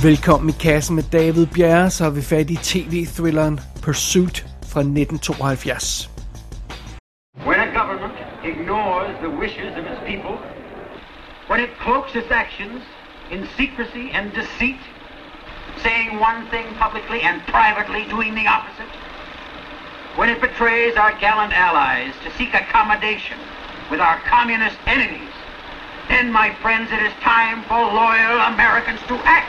Velkommen i kassen med David Bjerre, så har vi fat i tv-thrilleren Pursuit fra 1972. When a government ignores the wishes of its people, when it cloaks its actions in secrecy and deceit, saying one thing publicly and privately doing the opposite, when it betrays our gallant allies to seek accommodation with our communist enemies, then, my friends, it is time for loyal Americans to act.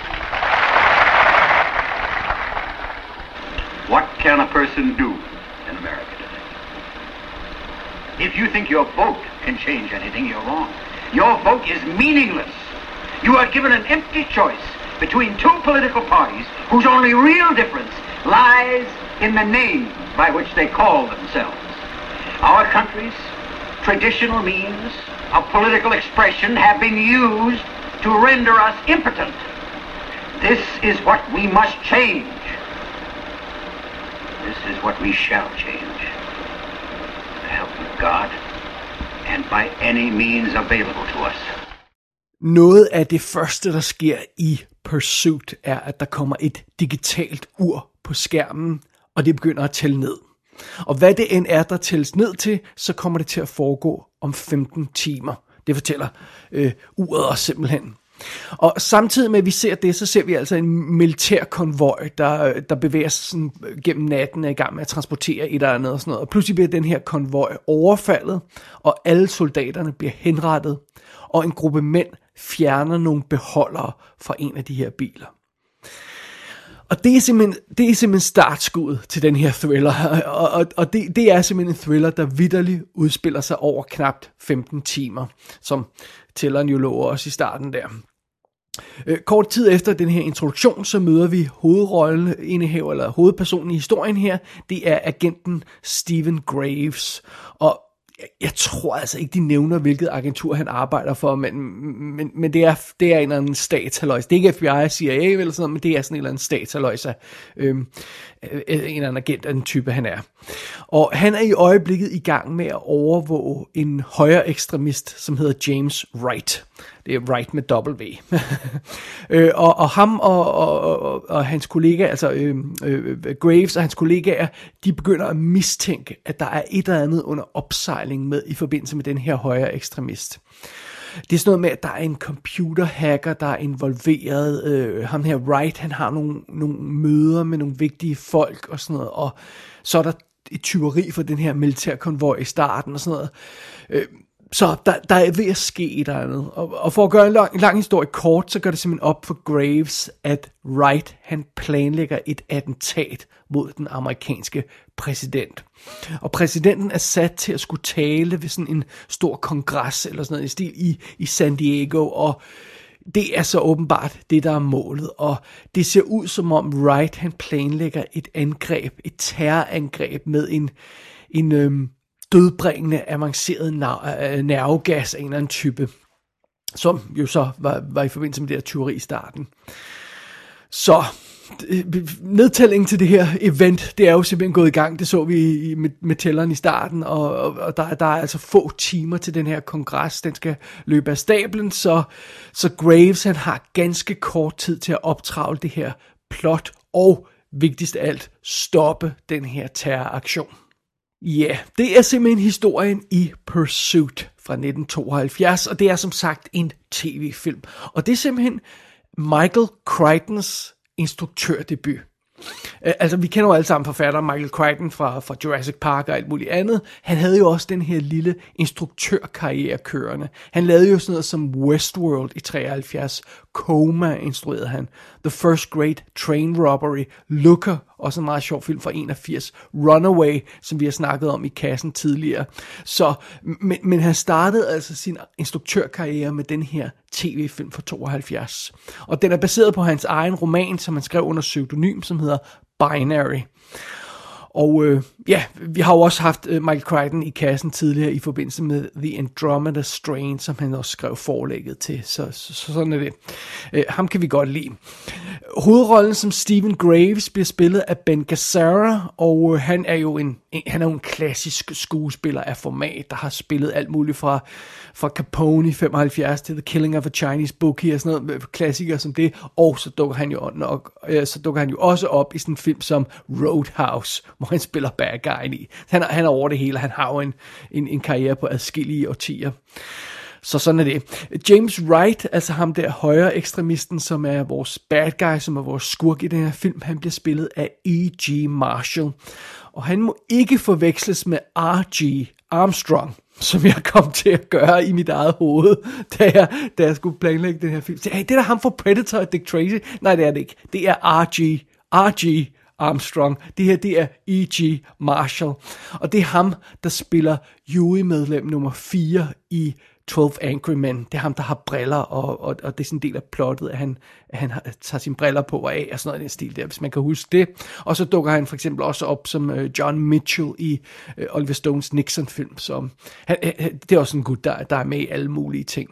What can a person do in America today? If you think your vote can change anything, you're wrong. Your vote is meaningless. You are given an empty choice between two political parties whose only real difference lies in the name by which they call themselves. Our country's traditional means of political expression have been used to render us impotent. This is what we must change. This is what we shall change. With the help of God and by any means available to us. Noget af det første, der sker i Pursuit, er, at der kommer et digitalt ur på skærmen, og det begynder at tælle ned. Og hvad det end er, der tælles ned til, så kommer det til at foregå om 15 timer. Det fortæller uret os simpelthen. Og samtidig med, at vi ser det, så ser vi altså en militær konvoj, der bevæger sig sådan gennem natten, er i gang med at transportere et eller andet og sådan noget. Og pludselig bliver den her konvoj overfaldet, og alle soldaterne bliver henrettet, og en gruppe mænd fjerner nogle beholdere fra en af de her biler. Og det er simpelthen startskuddet til den her thriller, og det er simpelthen en thriller, der vitterligt udspiller sig over knapt 15 timer, som tælleren jo lover os i starten der. Kort tid efter den her introduktion, så møder vi hovedrollen eller hovedpersonen i historien her. Det er agenten Stephen Graves, og jeg tror altså ikke, de nævner, hvilket agentur han arbejder for, men det er en eller anden statshalløjse. Det er ikke FBI, CIA eller sådan noget, men det er sådan en eller anden statshalløjse. En eller anden agent af den type, han er. Og han er i øjeblikket i gang med at overvåge en højre ekstremist, som hedder James Wright. Det er Wright med W. Og ham og hans kollega, altså Graves og hans kollegaer, de begynder at mistænke, at der er et eller andet under opsejling med i forbindelse med den her højre ekstremist. Det er sådan noget med, at der er en computerhacker, der er involveret. Ham her Wright, han har nogle møder med nogle vigtige folk og sådan noget. Og så er der et tyveri for den her militærkonvoj i starten og sådan noget. Så der er ved at ske et eller andet. Og for at gøre en lang historie kort, så gør det simpelthen op for Graves, at Wright, han planlægger et attentat mod den amerikanske præsident. Og præsidenten er sat til at skulle tale ved sådan en stor kongres eller sådan noget i stil i San Diego, og det er så åbenbart det, der er målet. Og det ser ud som om Wright, han planlægger et angreb, et terrorangreb med en dødbringende, avanceret nervegas af en eller anden type, som jo så var i forbindelse med det her tyveri i starten. Så nedtællingen til det her event, det er jo simpelthen gået i gang. Det så vi med tælleren i starten, og der er altså få timer til den her kongres. Den skal løbe af stablen, så Graves, han har ganske kort tid til at optravle det her plot, og vigtigst af alt, stoppe den her terroraktion. Ja, det er simpelthen historien i Pursuit fra 1972, og det er som sagt en tv-film. Og det er simpelthen Michael Crichtons instruktørdebut. Altså, vi kender jo alle sammen forfatteren Michael Crichton fra Jurassic Park og alt muligt andet. Han havde jo også den her lille instruktørkarriere kørende. Han lavede jo sådan noget som Westworld i 73. Coma instruerede han. The First Great Train Robbery. Looker, også en meget sjov film fra 81. Runaway, som vi har snakket om i kassen tidligere. Så, men han startede altså sin instruktørkarriere med den her tv-film fra 72. Og den er baseret på hans egen roman, som han skrev under pseudonym, som hedder Binary. Og vi har jo også haft Michael Crichton i kassen tidligere i forbindelse med The Andromeda Strain, som han også skrev forlægget til, så sådan er det. Ham kan vi godt lide. Hovedrollen som Stephen Graves bliver spillet af Ben Gazzara, og han er jo en klassisk skuespiller af format, der har spillet alt muligt fra Capone i 75 til The Killing of a Chinese Bookie og sådan noget, klassikere som det, og så dukker han jo også op i sådan en film som Roadhouse, hvor han spiller bad guyen i. Han er over det hele, han har jo en karriere på adskillige årtier. Så sådan er det. James Wright, altså ham der højre ekstremisten, som er vores bad guy, som er vores skurk i den her film, han bliver spillet af E.G. Marshall. Og han må ikke forveksles med R.G. Armstrong, som jeg kom til at gøre i mit eget hoved, da jeg skulle planlægge den her film. Så, hey, det er da ham fra Predator og Dick Tracy. Nej, det er det ikke. Det er R.G. Armstrong. Det her, det er E.G. Marshall. Og det er ham, der spiller jurymedlem nummer 4 i 12 Angry Men. Det er ham, der har briller, og det er sådan en del af plottet, at han tager sine briller på og af, og sådan noget i den stil der, hvis man kan huske det. Og så dukker han for eksempel også op som John Mitchell i Oliver Stones Nixon-film. Så det er også en gut, der er med i alle mulige ting.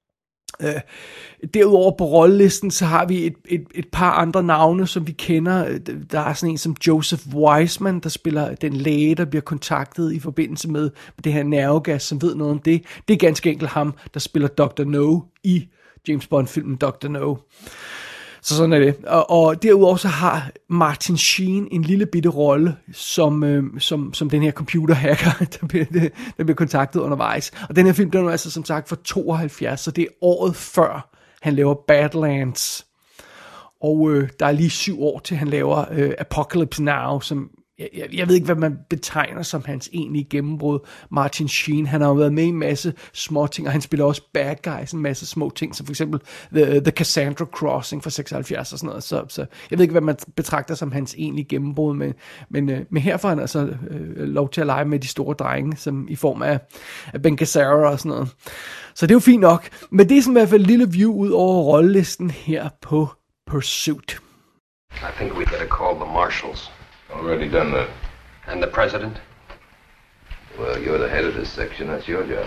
Derudover på rollelisten, så har vi et par andre navne, som vi kender. Der er sådan en som Joseph Wiseman, der spiller den læge, der bliver kontaktet i forbindelse med det her nervegas, som ved noget om det. Det er ganske enkelt ham, der spiller Dr. No i James Bond-filmen Dr. No. Så sådan er det. Og derudover så har Martin Sheen en lille bitte rolle som den her computerhacker, der bliver kontaktet undervejs. Og den her film, den er altså som sagt fra 72, så det er året før han laver Badlands. Og der er lige 7 år til han laver Apocalypse Now, som jeg ved ikke, hvad man betegner som hans egentlige gennembrud. Martin Sheen, han har jo været med i en masse små ting, og han spiller også bad guys, en masse små ting, som for eksempel The Cassandra Crossing fra 76 og sådan noget. Så jeg ved ikke, hvad man betragter som hans egentlige gennembrud, men her får han altså lov til at lege med de store drenge, som i form af Ben Gazzara og sådan noget. Så det er jo fint nok. Men det er sådan i hvert fald et lille view ud over rollelisten her på Pursuit. I think we better call the marshals. Already done that. And the president? Well, you're the head of this section. That's your job.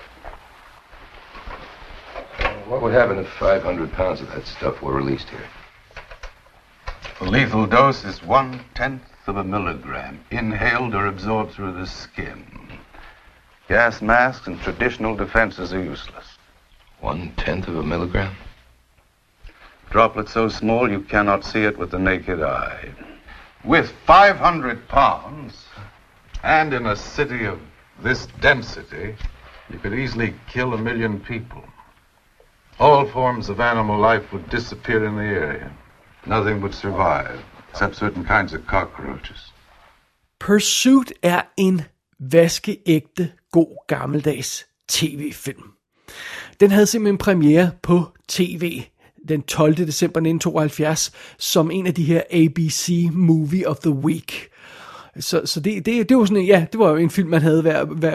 What would happen if 500 pounds of that stuff were released here? The lethal dose is 1/10 of a milligram, inhaled or absorbed through the skin. Gas masks and traditional defenses are useless. 1/10 of a milligram? Droplet so small you cannot see it with the naked eye. With 500 pounds, and in a city of this density, you could easily kill 1 million people. All forms of animal life would disappear in the area. Nothing would survive, except certain kinds of cockroaches. Pursuit er en vaskeægte, god gammeldags tv-film. Den havde simpelthen premiere på tv den 12. december 1972 som en af de her ABC Movie of the Week. Så det var sådan, ja, det var jo en film, man havde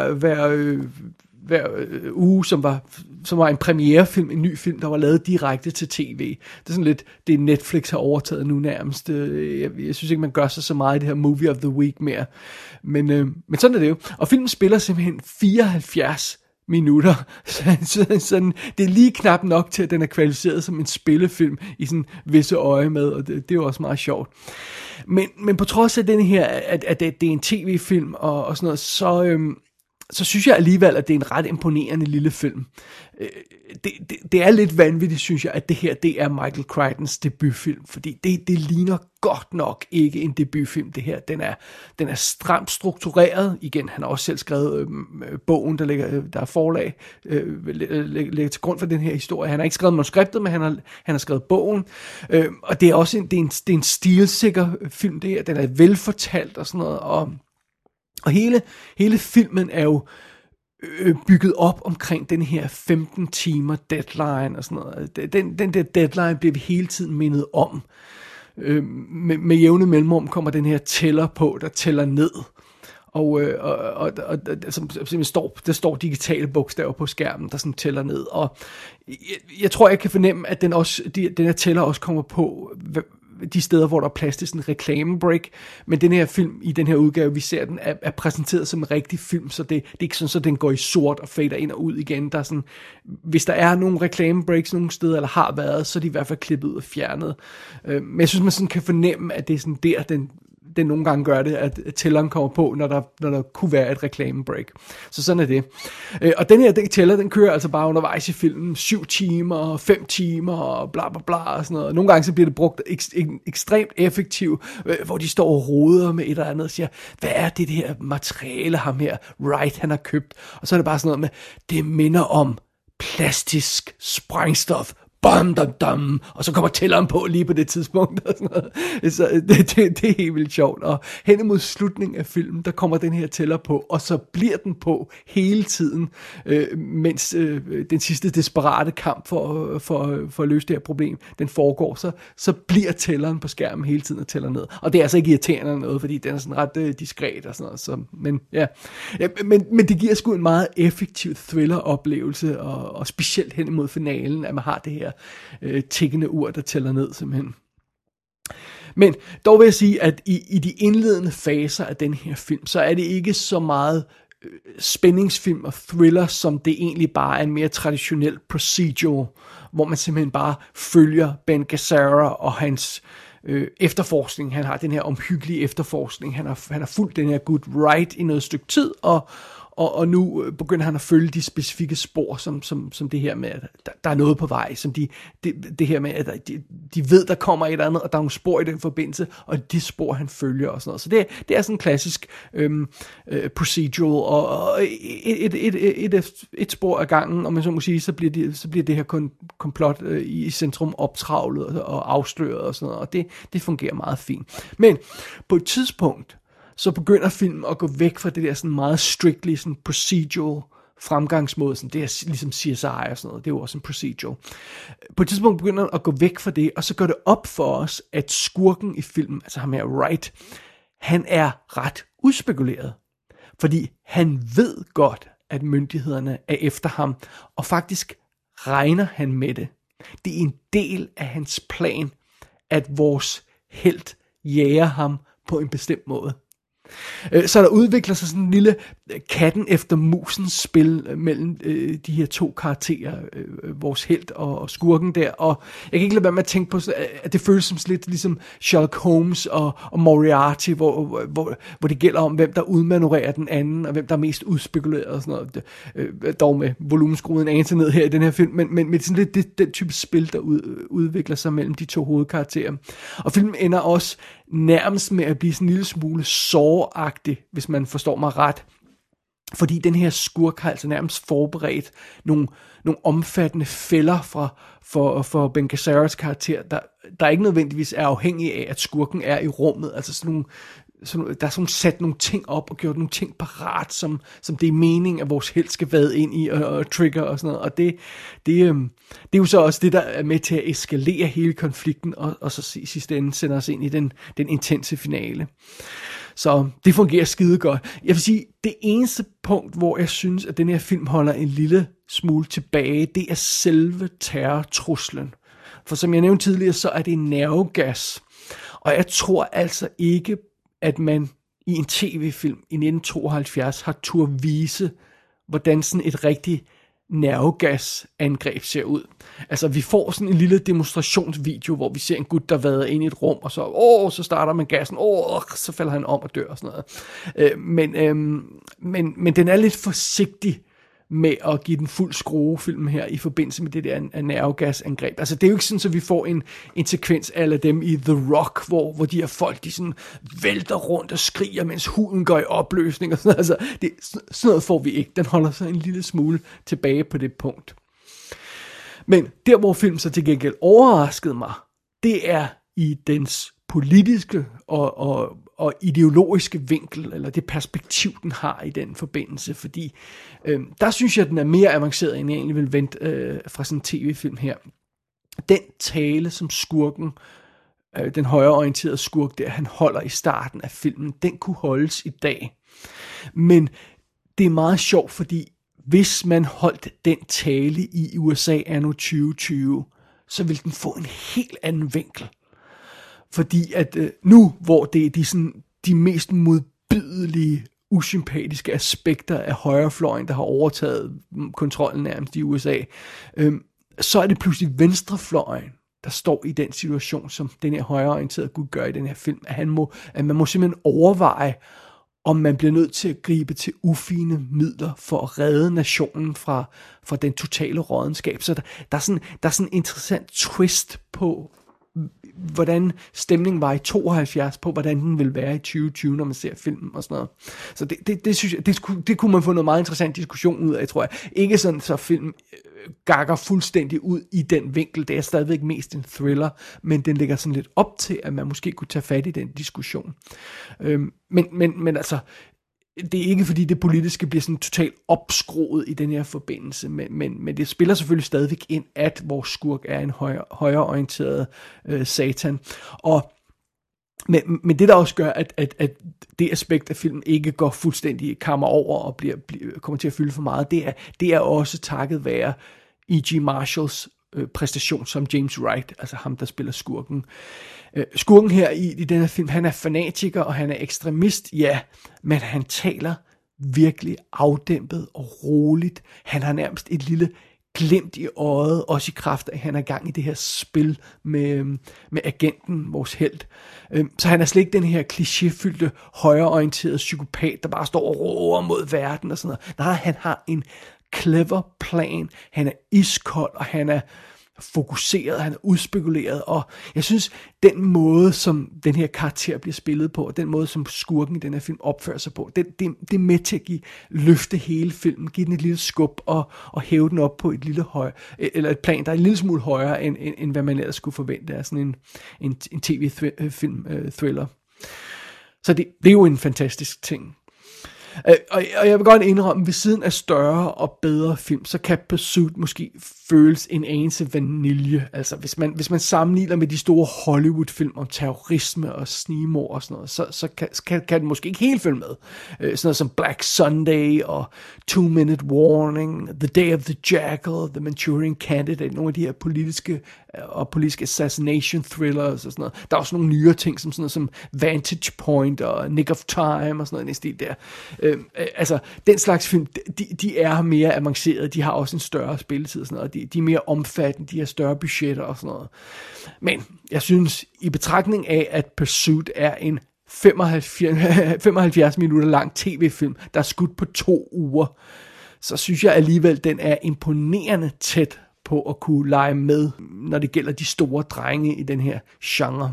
hver uge, som var en premierefilm, en ny film, der var lavet direkte til tv. Det er sådan lidt, det Netflix har overtaget nu nærmest. Jeg synes ikke, man gør sig så meget i det her Movie of the Week mere. Men sådan er det jo. Og filmen spiller simpelthen 74 minutter. Sådan, det er lige knap nok til, at den er kvalificeret som en spillefilm i sådan visse øje med, og det er jo også meget sjovt. Men på trods af den her, at det er en tv-film og sådan noget, så synes jeg alligevel, at det er en ret imponerende lille film. Det er lidt vanvittigt, synes jeg, at det her, det er Michael Crichtons debutfilm, fordi det ligner godt nok ikke en debutfilm, det her. Den er stramt struktureret. Igen, han har også selv skrevet bogen, der er forlag, ligger til grund for den her historie. Han har ikke skrevet manuskriptet, men han har skrevet bogen. Og det er også en stilsikker film, det her. Den er velfortalt og sådan noget, og hele filmen er jo bygget op omkring den her 15 timer deadline og sådan noget. Den der deadline bliver vi hele tiden mindet om. Med jævne mellemrum kommer den her tæller på, der tæller ned. Og der står digitale bogstaver på skærmen, der sådan tæller ned. Og jeg tror, jeg kan fornemme, at den her tæller også kommer på de steder, hvor der er plads til sådan en reklamebreak. Men den her film, i den her udgave, vi ser den, er præsenteret som en rigtig film, så det er ikke sådan, så den går i sort og fader ind og ud igen. Der er sådan, hvis der er nogle reklamebreaks nogle steder, eller har været, så er de i hvert fald klippet ud og fjernet. Men jeg synes, man sådan kan fornemme, at det er sådan der, den nogle gange gør det, at tælleren kommer på, når der kunne være et reklamebreak. Så sådan er det. Og den her tæller, den kører altså bare undervejs i filmen 7 timer, 5 timer, og bla bla bla, og sådan noget. Nogle gange så bliver det brugt ekstremt effektivt, hvor de står og roder med et eller andet, og siger, hvad er det her materiale, ham her, Wright, han har købt? Og så er det bare sådan noget med, det minder om plastisk sprængstof, bam, dam, dam, og så kommer tælleren på lige på det tidspunkt, og sådan noget. Så det er helt vildt sjovt, og hen imod slutningen af filmen, der kommer den her tæller på, og så bliver hele tiden, mens den sidste desperate kamp for at løse det her problem, den foregår, så bliver tælleren på skærmen hele tiden og tæller ned, og det er altså ikke irriterende eller noget, fordi den er sådan ret diskret og sådan noget, så, men ja, men det giver sgu en meget effektiv thriller-oplevelse, og specielt hen imod finalen, at man har det her tikkende ur, der tæller ned simpelthen. Men dog vil jeg sige, at i de indledende faser af den her film, så er det ikke så meget spændingsfilm og thriller, som det egentlig bare er en mere traditionel procedural, hvor man simpelthen bare følger Ben Gazzara og hans efterforskning. Han har den her omhyggelige efterforskning. Han har fulgt den her Good Wright i noget stykke tid, og nu begynder han at følge de specifikke spor, som det her med, at der er noget på vej, som det her med, at de ved, der kommer et eller andet, og der er nogle spor i den forbindelse, og de spor, han følger og sådan noget. Så det er sådan en klassisk procedural, og et spor ad gangen, og man så må sige, så bliver det her komplot i centrum optravlet og afsløret og sådan noget, og det fungerer meget fint. Men på et tidspunkt, så begynder filmen at gå væk fra det der sådan meget strictly sådan procedural fremgangsmåde, sådan det er ligesom CSI og sådan noget, det er jo også en procedural. På et tidspunkt begynder den at gå væk fra det, og så går det op for os, at skurken i filmen, altså ham her Wright, han er ret udspekuleret, fordi han ved godt, at myndighederne er efter ham, og faktisk regner han med det. Det er en del af hans plan, at vores helt jager ham på en bestemt måde. Så der udvikler sig sådan en lille katten efter musens spil mellem de her to karakterer, vores helt og skurken der, og jeg kan ikke lade være med at tænke på, at det føles som lidt ligesom Sherlock Holmes og Moriarty, hvor det gælder om, hvem der udmanøvrerer den anden, og hvem der er mest udspekuleret og sådan noget, dog med volumenskruet en anelse ned her i den her film, men med sådan lidt den type spil, der udvikler sig mellem de to hovedkarakterer. Og filmen ender også nærmest med at blive sådan en lille smule såragtig, hvis man forstår mig ret. Fordi den her skurk har altså nærmest forberedt nogle omfattende fælder for Ben Gazzaras karakter, der ikke nødvendigvis er afhængige af, at skurken er i rummet. Altså der er sådan sat nogle ting op og gjort nogle ting parat, som det er meningen, at vores helt skal vade ind i og trigger og sådan noget. Og det er jo så også det, der er med til at eskalere hele konflikten, og så i sidste ende sender os ind i den intense finale. Så det fungerer skide godt. Jeg vil sige, det eneste punkt, hvor jeg synes, at den her film holder en lille smule tilbage, det er selve terrortruslen. For som jeg nævnte tidligere, så er det nervegas. Og jeg tror altså ikke, at man i en tv-film i 1972 har tur vise, hvordan sådan et rigtig nervegasangreb ser ud. Altså vi får sådan en lille demonstrationsvideo, hvor vi ser en gut, der vader ind i et rum, og så starter man gassen, så falder han om og dør og sådan noget. Men den er lidt forsigtig med at give den fuld skrue filmen her i forbindelse med det der nervegasangreb. Altså det er jo ikke sådan, at vi får en sekvens af dem i The Rock, hvor de her folk, de sådan vælter rundt og skriger, mens huden går i opløsning og sådan noget. Altså sådan noget får vi ikke. Den holder sig en lille smule tilbage på det punkt. Men der, hvor filmen så til gengæld overraskede mig, det er i dens politiske og ideologiske vinkel, eller det perspektiv, den har i den forbindelse, fordi der synes jeg, den er mere avanceret, end jeg egentlig vil vente fra sådan en tv-film her. Den tale, som skurken, den højreorienterede skurk der, han holder i starten af filmen, den kunne holdes i dag. Men det er meget sjovt, fordi hvis man holdt den tale i USA anno 2020, så ville den få en helt anden vinkel. fordi at nu, hvor det er de mest modbydelige, usympatiske aspekter af højrefløjen, der har overtaget kontrollen nærmest i USA, så er det pludselig venstrefløjen, der står i den situation, som den her højreorienterede gut gør i den her film, at man må simpelthen overveje, om man bliver nødt til at gribe til ufine midler for at redde nationen fra den totale rådenskab. Så der er sådan en interessant twist på, hvordan stemningen var i 72, på hvordan den vil være i 2020, når man ser filmen og sådan noget. Så det synes jeg, det kunne man få noget meget interessant diskussion ud af, tror jeg. Ikke sådan, så film gakker fuldstændig ud i den vinkel. Det er stadigvæk mest en thriller, men den ligger sådan lidt op til, at man måske kunne tage fat i den diskussion. Men altså, det er ikke fordi det politiske bliver sådan totalt opskruet i den her forbindelse, men det spiller selvfølgelig stadigvæk ind, at vores skurk er en højreorienteret satan. Men det der også gør, at det aspekt af filmen ikke går fuldstændig kammer over og kommer til at fylde for meget, det er også takket være E.G. Marshalls præstation som James Wright, altså ham, der spiller skurken. Skurken her i den her film, han er fanatiker, og han er ekstremist, ja, men han taler virkelig afdæmpet og roligt. Han har nærmest et lille glimt i øjet, også i kraft af, at han er i gang i det her spil med agenten, vores helt. Så han er slet ikke den her klichéfyldte, højreorienterede psykopat, der bare står og råber mod verden og sådan noget. Nej, han har en clever plan, han er iskold, og han er fokuseret, han er udspekuleret, og jeg synes, den måde, som den her karakter bliver spillet på, og den måde, som skurken i den her film opfører sig på, det er med til at løfte hele filmen, give den et lille skub, og hæve den op på et lille eller et plan, der er en lille smule højere, end hvad man ellers skulle forvente af sådan en tv-film-thriller. Så det er jo en fantastisk ting. Og jeg vil godt indrømme, ved siden af større og bedre film, så kan Pursuit måske føles en anelse vanilje. Altså hvis man sammenligner med de store Hollywood-film om terrorisme og snigmord og sådan noget, så kan den måske ikke helt følge med. Sådan noget som Black Sunday og 2-Minute Warning, The Day of the Jackal, The Manchurian Candidate, nogle af de her politiske assassination thrillers og sådan noget. Der er også nogle nyere ting, som sådan noget som Vantage Point og Nick of Time og sådan noget i den stil der. Altså, den slags film, de er mere avancerede, de har også en større spilletid og sådan noget, de er mere omfattende, de har større budgetter og sådan noget. Men jeg synes, i betragtning af, at Pursuit er en 75 minutter lang tv-film, der er skudt på 2 uger, så synes jeg alligevel, den er imponerende tæt på at kunne lege med, når det gælder de store drenge i den her genre.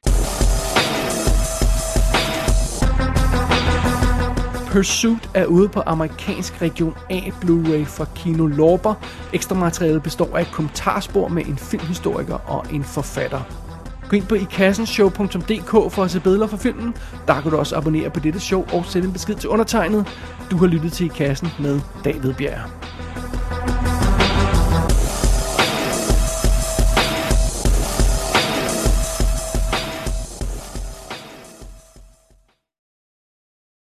Pursuit er ude på amerikansk region A Blu-ray fra Kino Lorber. Ekstra materialet består af et kommentarspor med en filmhistoriker og en forfatter. Gå ind på ikassenshow.dk for at se billeder fra filmen. Der kan du også abonnere på dette show og sætte en besked til undertegnet. Du har lyttet til I Kassen med David Bjerg.